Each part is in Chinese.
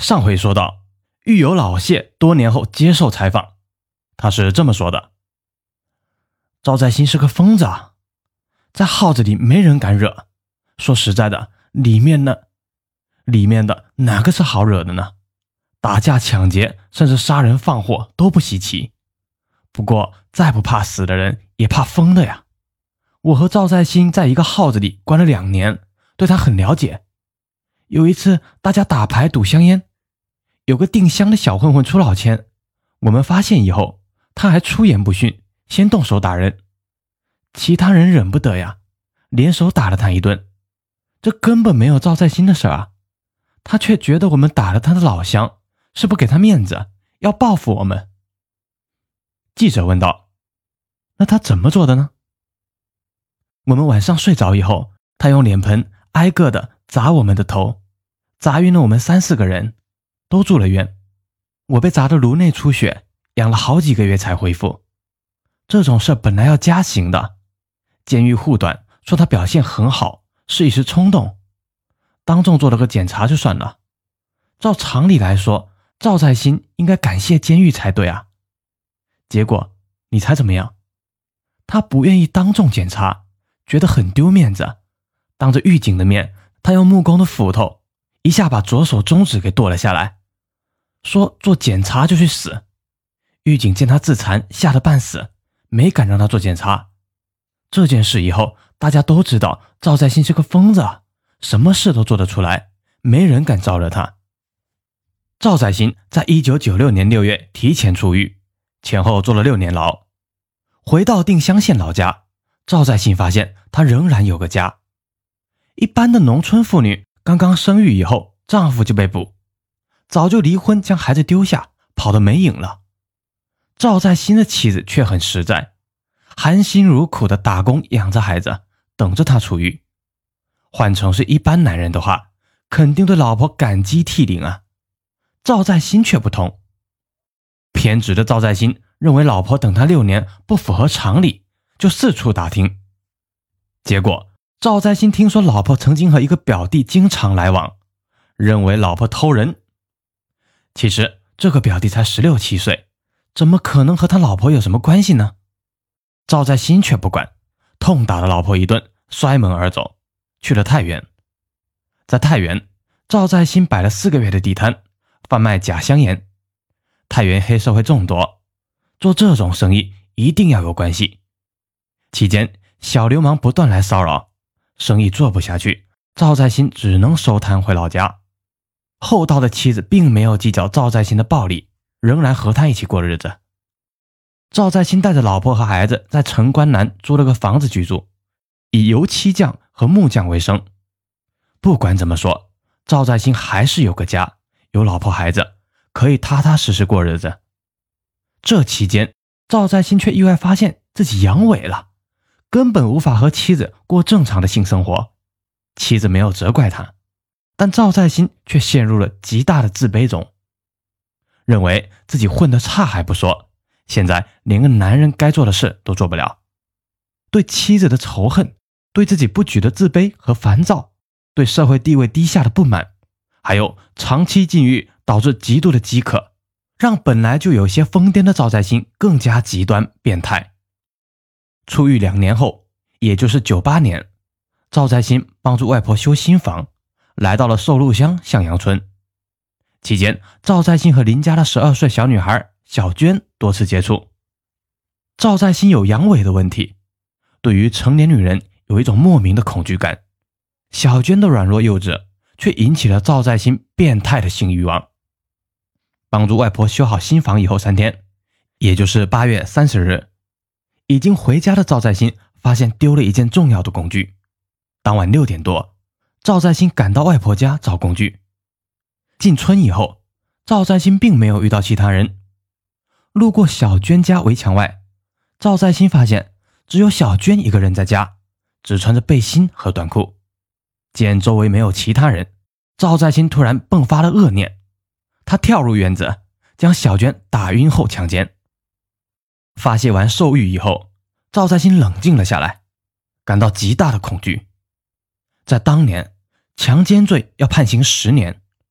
上回说到，狱友老谢多年后接受采访，他是这么说的：赵在新是个疯子啊，在号子里没人敢惹。说实在的，里面的哪个是好惹的呢？打架抢劫甚至杀人放火都不稀奇，不过再不怕死的人也怕疯的呀。我和赵在新在一个号子里关了2年，对他很了解。有一次大家打牌赌香烟，有个定香的小混混出老千，我们发现以后，他还出言不逊，先动手打人。其他人忍不得呀，联手打了他一顿。这根本没有赵在新的事啊，他却觉得我们打了他的老乡，是不给他面子，要报复我们。记者问道：那他怎么做的呢？我们晚上睡着以后，他用脸盆挨个的砸我们的头，砸晕了我们3、4个人，都住了院。我被砸得颅内出血，养了好几个月才恢复。这种事本来要加刑的，监狱护短说他表现很好，是一时冲动，当众做了个检查就算了。照常理来说，赵在新应该感谢监狱才对啊。结果你猜怎么样？他不愿意当众检查，觉得很丢面子，当着狱警的面，他用木工的斧头一下把左手中指给剁了下来，说做检查就去死。狱警见他自残，吓得半死，没敢让他做检查。这件事以后，大家都知道赵在新是个疯子，什么事都做得出来，没人敢招惹他。赵在新在1996年6月提前出狱，前后坐了6年牢。回到定襄县老家，赵在新发现他仍然有个家。一般的农村妇女刚刚生育以后，丈夫就被捕，早就离婚，将孩子丢下，跑得没影了。赵在新的妻子却很实在，含辛茹苦的打工养着孩子，等着他出狱。换成是一般男人的话，肯定对老婆感激涕零啊。赵在新却不同，偏执的赵在新认为老婆等他6年不符合常理，就四处打听。结果赵在新听说老婆曾经和一个表弟经常来往，认为老婆偷人。其实这个表弟才16、17岁，怎么可能和他老婆有什么关系呢？赵在新却不管，痛打了老婆一顿，摔门而走，去了太原。在太原，赵在新摆了4个月的地摊，贩卖假香烟。太原黑社会众多，做这种生意一定要有关系。期间小流氓不断来骚扰，生意做不下去，赵在新只能收摊回老家。厚道的妻子并没有计较赵在新的暴力，仍然和他一起过日子。赵在新带着老婆和孩子在城关南租了个房子居住，以油漆匠和木匠为生。不管怎么说，赵在新还是有个家，有老婆孩子，可以踏踏实实过日子。这期间，赵在新却意外发现自己阳痿了，根本无法和妻子过正常的性生活。妻子没有责怪他，但赵在新却陷入了极大的自卑中，认为自己混得差还不说，现在连个男人该做的事都做不了。对妻子的仇恨，对自己不举的自卑和烦躁，对社会地位低下的不满，还有长期禁欲导致极度的饥渴，让本来就有些疯癫的赵在新更加极端变态。出狱2年后，也就是98年，赵在新帮助外婆修新房，来到了寿禄乡向阳村。期间，赵在新和邻家的12岁小女孩小娟多次接触。赵在新有阳痿的问题，对于成年女人有一种莫名的恐惧感。小娟的软弱幼稚却引起了赵在新变态的性欲望。帮助外婆修好新房以后3天，也就是8月30日，已经回家的赵在新发现丢了一件重要的工具。当晚6点多，赵在新赶到外婆家找工具。进村以后，赵在新并没有遇到其他人。路过小娟家围墙外，赵在新发现只有小娟一个人在家，只穿着背心和短裤。见周围没有其他人，赵在新突然迸发了恶念，他跳入院子，将小娟打晕后强奸。发泄完兽欲以后，赵在新冷静了下来，感到极大的恐惧。在当年，强奸罪要判刑10年，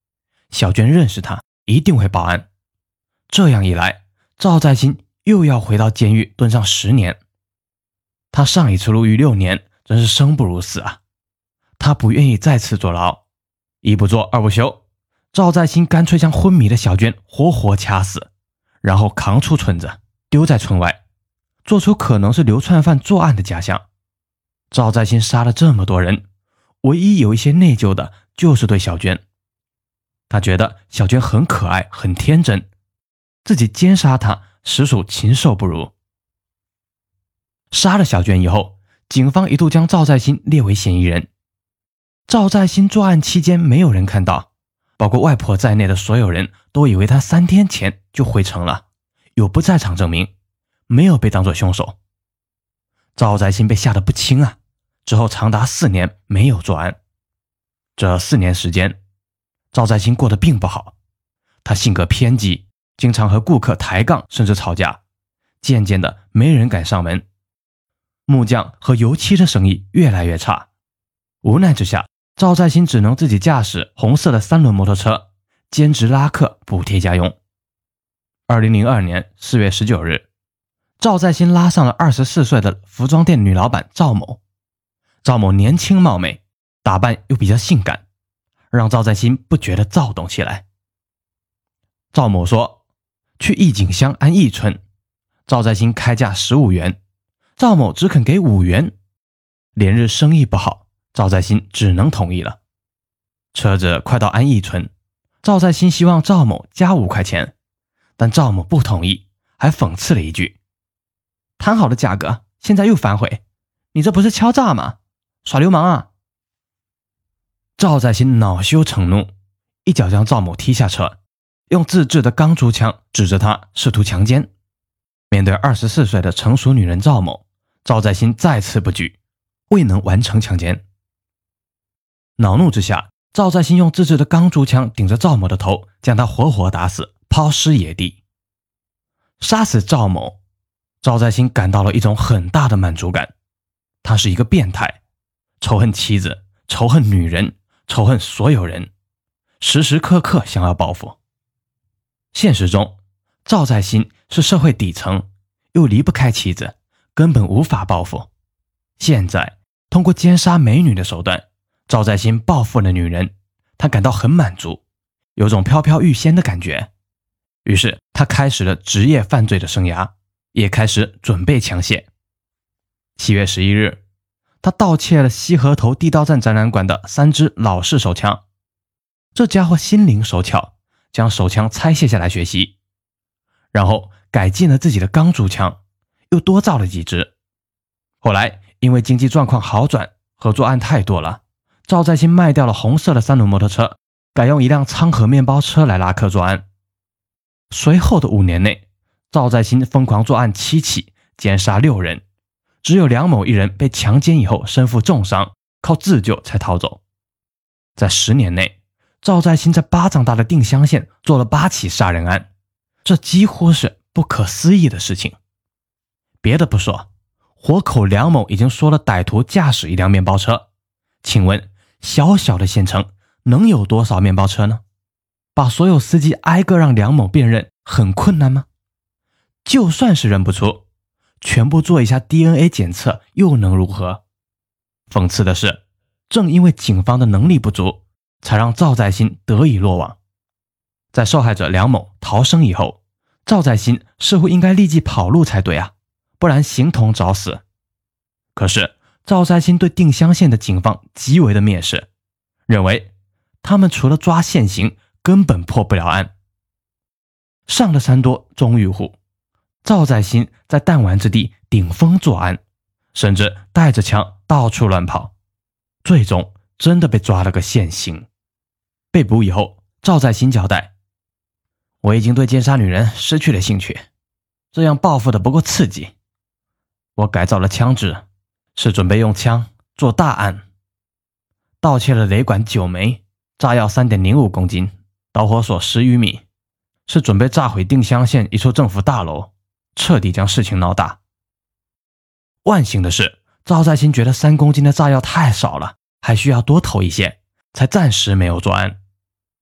小娟认识他，一定会报案。这样一来，赵在新又要回到监狱蹲上10年。他上一次入狱6年，真是生不如死啊！他不愿意再次坐牢，一不做二不休，赵在新干脆将昏迷的小娟活活掐死，然后扛出村子，丢在村外，做出可能是流窜犯作案的假象。赵在新杀了这么多人，唯一有一些内疚的就是对小娟。他觉得小娟很可爱很天真，自己奸杀她实属禽兽不如。杀了小娟以后，警方一度将赵在新列为嫌疑人。赵在新作案期间没有人看到，包括外婆在内的所有人都以为他3天前就回城了，有不在场证明，没有被当作凶手。赵在新被吓得不轻啊，之后长达4年没有作案。这4年时间，赵在新过得并不好，他性格偏激，经常和顾客抬杠甚至吵架，渐渐的没人敢上门。木匠和油漆的生意越来越差，无奈之下，赵在新只能自己驾驶红色的3轮摩托车，兼职拉客补贴家用。2002年4月19日，赵在新拉上了24岁的服装店女老板赵某。赵某年轻貌美，打扮又比较性感，让赵在新不觉得躁动起来。赵某说去义井乡安义村，赵在新开价15元，赵某只肯给5元。连日生意不好，赵在新只能同意了。车子快到安义村，赵在新希望赵某加5块钱，但赵某不同意，还讽刺了一句：谈好的价格现在又反悔，你这不是敲诈吗？耍流氓啊！赵在新恼羞成怒，一脚将赵某踢下车，用自制的钢珠枪指着他试图强奸。面对24岁的成熟女人赵某，赵在新再次不举，未能完成强奸。恼怒之下，赵在新用自制的钢珠枪顶着赵某的头，将他活活打死，抛尸野地。杀死赵某，赵在新感到了一种很大的满足感。他是一个变态，仇恨妻子，仇恨女人，仇恨所有人，时时刻刻想要报复。现实中，赵在新是社会底层，又离不开妻子，根本无法报复。现在通过奸杀美女的手段，赵在新报复了女人，他感到很满足，有种飘飘欲仙的感觉。于是他开始了职业犯罪的生涯，也开始准备枪械。7月11日，他盗窃了西河头地道战展览馆的3支老式手枪。这家伙心灵手巧，将手枪拆卸下来学习，然后改进了自己的钢珠枪，又多造了几支。后来因为经济状况好转，合作案太多了，赵在新卖掉了红色的3轮摩托车，改用一辆昌河面包车来拉客作案。随后的5年内，赵在新疯狂作案7起，奸杀6人，只有梁某一人被强奸以后身负重伤，靠自救才逃走。在10年内，赵在新在巴掌大的定襄县做了8起杀人案，这几乎是不可思议的事情。别的不说，活口梁某已经说了歹徒驾驶一辆面包车，请问小小的县城能有多少面包车呢？把所有司机挨个让梁某辨认很困难吗？就算是认不出，全部做一下 DNA 检测又能如何？讽刺的是，正因为警方的能力不足，才让赵在新得以落网。在受害者梁某逃生以后，赵在新似乎应该立即跑路才对啊，不然形同找死。可是赵在新对定襄县的警方极为的蔑视，认为他们除了抓现行根本破不了案。上了山多终遇虎，赵在新在弹丸之地顶风作案，甚至带着枪到处乱跑，最终真的被抓了个现行。被捕以后，赵在新交代：我已经对奸杀女人失去了兴趣，这样报复的不够刺激。我改造了枪支，是准备用枪做大案。盗窃了雷管9枚，炸药 3.05 公斤，导火索10余米，是准备炸毁定襄县一处政府大楼，彻底将事情闹大。万幸的是，赵在新觉得3公斤的炸药太少了，还需要多投一些，才暂时没有作案。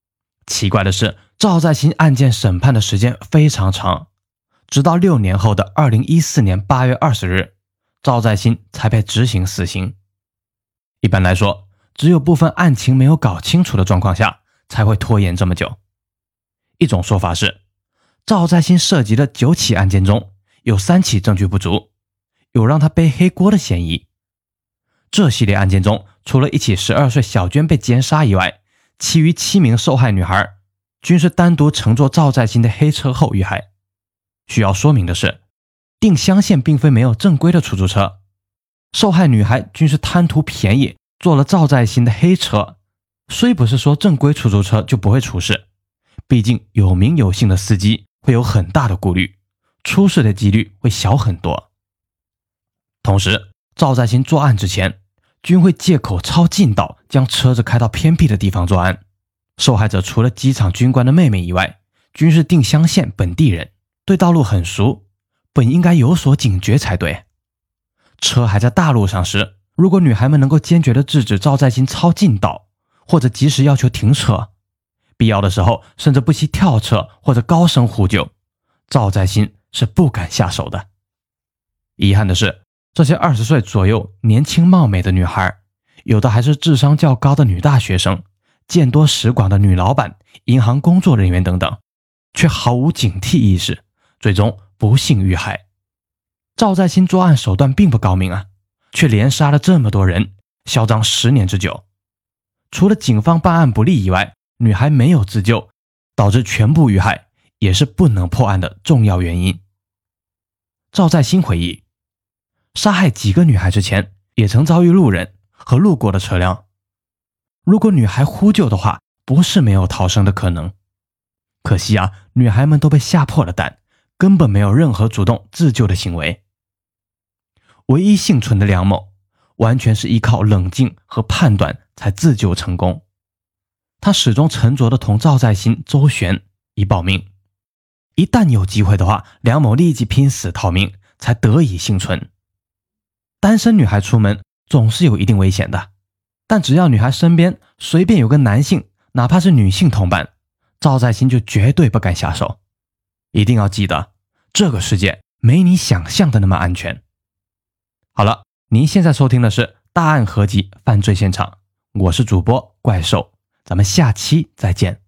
奇怪的是，赵在新案件审判的时间非常长，直到6年后的2014年8月20日，赵在新才被执行死刑。一般来说，只有部分案情没有搞清楚的状况下，才会拖延这么久。一种说法是，赵在新涉及的9起案件中，有3起证据不足，有让他背黑锅的嫌疑。这系列案件中，除了1起12岁小娟被奸杀以外，其余7名受害女孩均是单独乘坐赵在新的黑车后遇害。需要说明的是，定襄县并非没有正规的出租车，受害女孩均是贪图便宜坐了赵在新的黑车，虽不是说正规出租车就不会出事，毕竟有名有姓的司机会有很大的顾虑，出事的几率会小很多。同时，赵在新作案之前均会借口超近道将车子开到偏僻的地方作案。受害者除了机场军官的妹妹以外，均是定襄县本地人，对道路很熟，本应该有所警觉才对。车还在大路上时，如果女孩们能够坚决地制止赵在新超近道，或者及时要求停车，必要的时候甚至不惜跳车或者高声呼救，赵在新是不敢下手的。遗憾的是，这些20岁左右年轻貌美的女孩，有的还是智商较高的女大学生，见多识广的女老板、银行工作人员等等，却毫无警惕意识，最终不幸遇害。赵在新作案手段并不高明啊，却连杀了这么多人，嚣张10年之久。除了警方办案不力以外，女孩没有自救，导致全部遇害，也是不能破案的重要原因。赵在新回忆，杀害几个女孩之前，也曾遭遇路人和路过的车辆。如果女孩呼救的话，不是没有逃生的可能。可惜啊，女孩们都被吓破了胆，根本没有任何主动自救的行为。唯一幸存的梁某，完全是依靠冷静和判断才自救成功。他始终沉着地同赵在新周旋以保命，一旦有机会的话，梁某立即拼死逃命，才得以幸存。单身女孩出门总是有一定危险的，但只要女孩身边随便有个男性，哪怕是女性同伴，赵在新就绝对不敢下手。一定要记得，这个世界没你想象的那么安全。好了，您现在收听的是大案合集犯罪现场，我是主播怪兽，咱们下期再见。